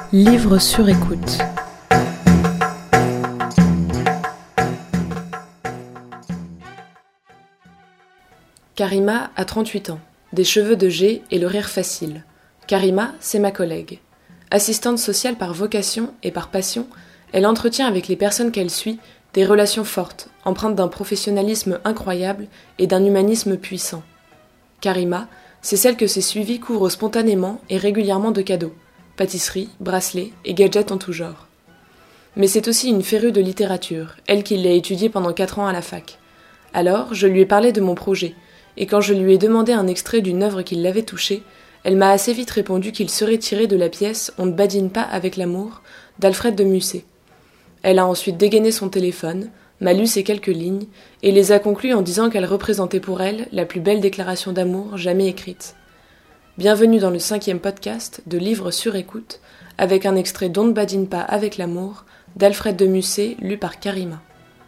Livre sur écoute. Karima a 38 ans, des cheveux de G et le rire facile. Karima, c'est ma collègue. Assistante sociale par vocation et par passion, elle entretient avec les personnes qu'elle suit des relations fortes, empreintes d'un professionnalisme incroyable et d'un humanisme puissant. Karima, c'est celle que ses suivis couvrent spontanément et régulièrement de cadeaux, pâtisseries, bracelets et gadgets en tout genre. Mais c'est aussi une férue de littérature, elle qui l'a étudiée pendant 4 ans à la fac. Alors, je lui ai parlé de mon projet, et quand je lui ai demandé un extrait d'une œuvre qui l'avait touchée, elle m'a assez vite répondu qu'il serait tiré de la pièce « On ne badine pas avec l'amour » d'Alfred de Musset. Elle a ensuite dégainé son téléphone, m'a lu ces quelques lignes, et les a conclues en disant qu'elle représentait pour elle la plus belle déclaration d'amour jamais écrite. Bienvenue dans le 5e podcast de Livre sur écoute, avec un extrait d'On ne badine pas avec l'amour d'Alfred de Musset, lu par Karima.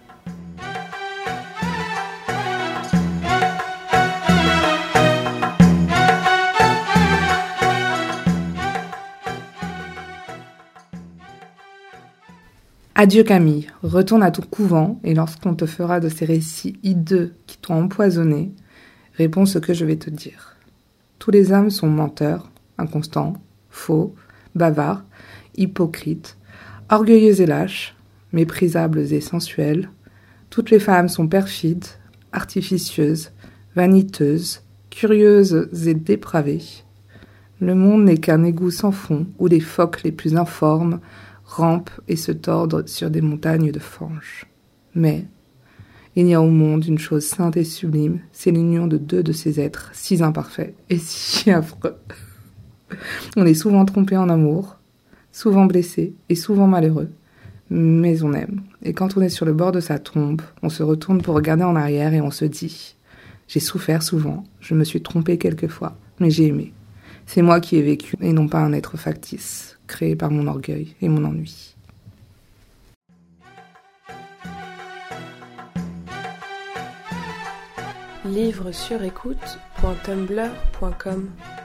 Adieu Camille, retourne à ton couvent et lorsqu'on te fera de ces récits hideux qui t'ont empoisonné, réponds ce que je vais te dire. Tous les hommes sont menteurs, inconstants, faux, bavards, hypocrites, orgueilleux et lâches, méprisables et sensuels. Toutes les femmes sont perfides, artificieuses, vaniteuses, curieuses et dépravées. Le monde n'est qu'un égout sans fond où les phoques les plus informes rampent et se tordent sur des montagnes de fange. Mais il y a au monde une chose sainte et sublime, c'est l'union de deux de ces êtres si imparfaits et si affreux. On est souvent trompé en amour, souvent blessé et souvent malheureux, mais on aime. Et quand on est sur le bord de sa tombe, on se retourne pour regarder en arrière et on se dit « J'ai souffert souvent, je me suis trompé quelquefois, mais j'ai aimé. C'est moi qui ai vécu et non pas un être factice, créé par mon orgueil et mon ennui. » Livre sur écoute.tumblr.com